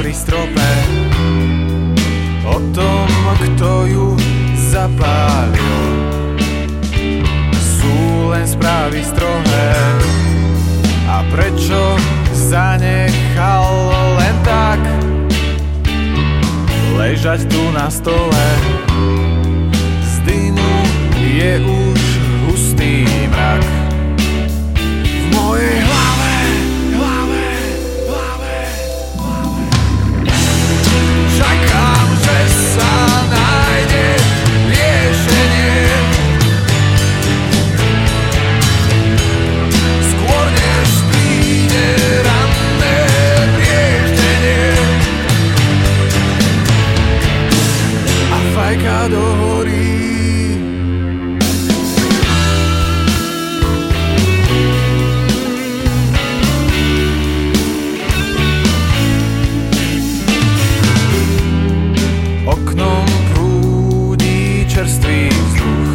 pri strope, o tom, kto ju zapálil. Sú len správy strohé, a prečo zanechal len tak ležať tu na stole? Z dymu je už hustý mrak. V mojej hlave čakám, že sa nájde riešenie. Skôr než príde ranné prieždenie a fajka dohorí. Oknom prúdi čerstvý vzduch,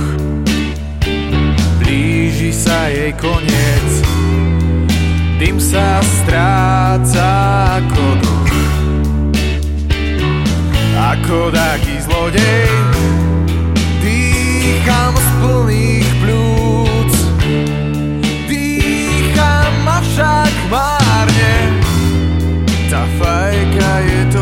blíži sa jej koniec, dym sa stráca ako duch. Ako taký zlodej dýcham z plných pľúc, dýcham avšak márne, tá fajka je to